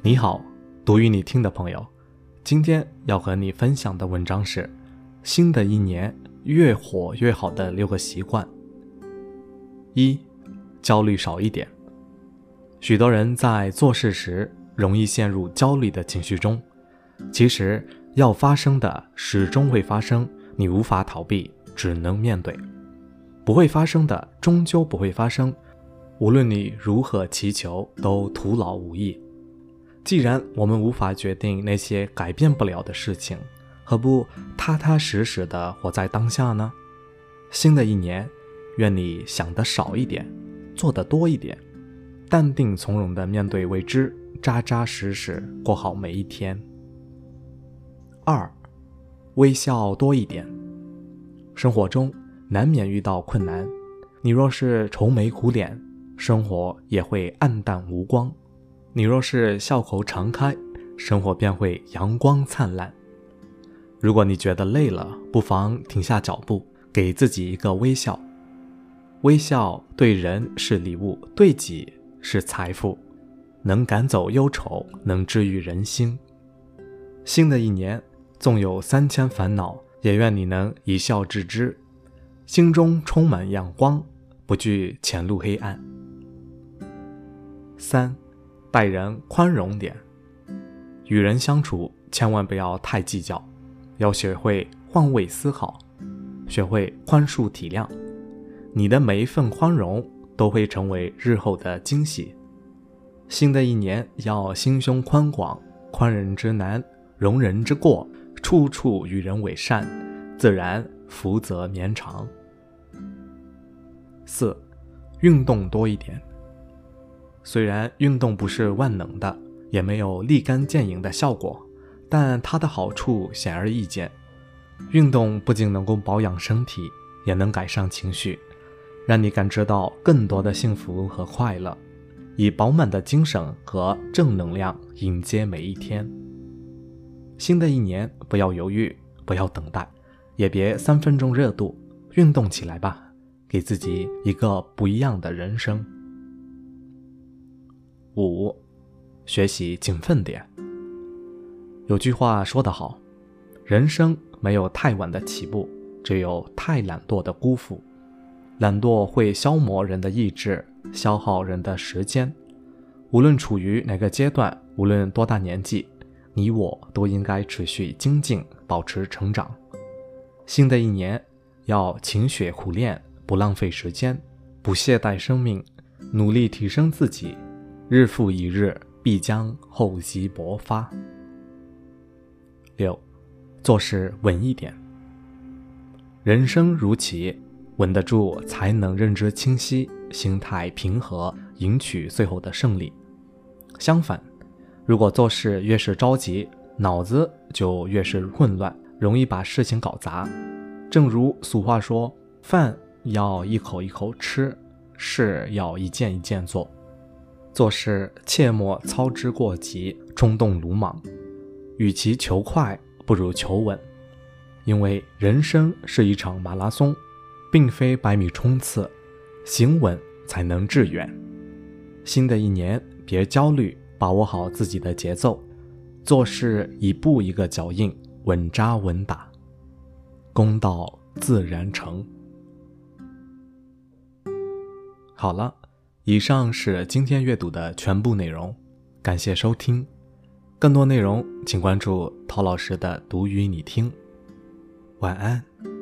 你好，读与你听的朋友，今天要和你分享的文章是新的一年越火越好的6个习惯。1. 焦虑少一点。许多人在做事时容易陷入焦虑的情绪中，其实要发生的始终会发生，你无法逃避，只能面对。不会发生的终究不会发生，无论你如何祈求都徒劳无益。既然我们无法决定那些改变不了的事情，何不踏踏实实地活在当下呢？新的一年，愿你想得少一点，做得多一点，淡定从容地面对未知，扎扎实实过好每一天。2. 微笑多一点。生活中难免遇到困难，你若是愁眉苦脸，生活也会暗淡无光；你若是笑口常开，生活便会阳光灿烂。如果你觉得累了，不妨停下脚步，给自己一个微笑。微笑对人是礼物，对己是财富，能赶走忧愁，能治愈人心。新的一年，纵有3000烦恼，也愿你能一笑置之，心中充满阳光，不惧前路黑暗。3. 待人宽容点。与人相处，千万不要太计较，要学会换位思考，学会宽恕体谅。你的每一份宽容都会成为日后的惊喜。新的一年要心胸宽广，宽人之难，容人之过，处处与人为善，自然福泽绵长。4. 运动多一点。虽然运动不是万能的，也没有立竿见影的效果，但它的好处显而易见。运动不仅能够保养身体，也能改善情绪，让你感知到更多的幸福和快乐，以饱满的精神和正能量迎接每一天。新的一年，不要犹豫，不要等待，也别3分钟热度，运动起来吧，给自己一个不一样的人生。5. 学习勤奋点。有句话说得好，人生没有太晚的起步，只有太懒惰的辜负。懒惰会消磨人的意志，消耗人的时间。无论处于哪个阶段，无论多大年纪，你我都应该持续精进，保持成长。新的一年，要勤学苦练，不浪费时间，不懈怠生命，努力提升自己，日复一日，必将厚积薄发。6. 做事稳一点。人生如棋，稳得住才能认知清晰，心态平和，赢取最后的胜利。相反，如果做事越是着急，脑子就越是混乱，容易把事情搞砸。正如俗话说，饭要一口一口吃，事要一件一件做。做事切莫操之过急，冲动鲁莽。与其求快，不如求稳。因为人生是一场马拉松，并非100米冲刺，行稳才能致远。新的一年，别焦虑，把握好自己的节奏，做事一步一个脚印，稳扎稳打，功到自然成。好了，以上是今天阅读的全部内容，感谢收听。更多内容请关注陶老师的读与你听。晚安。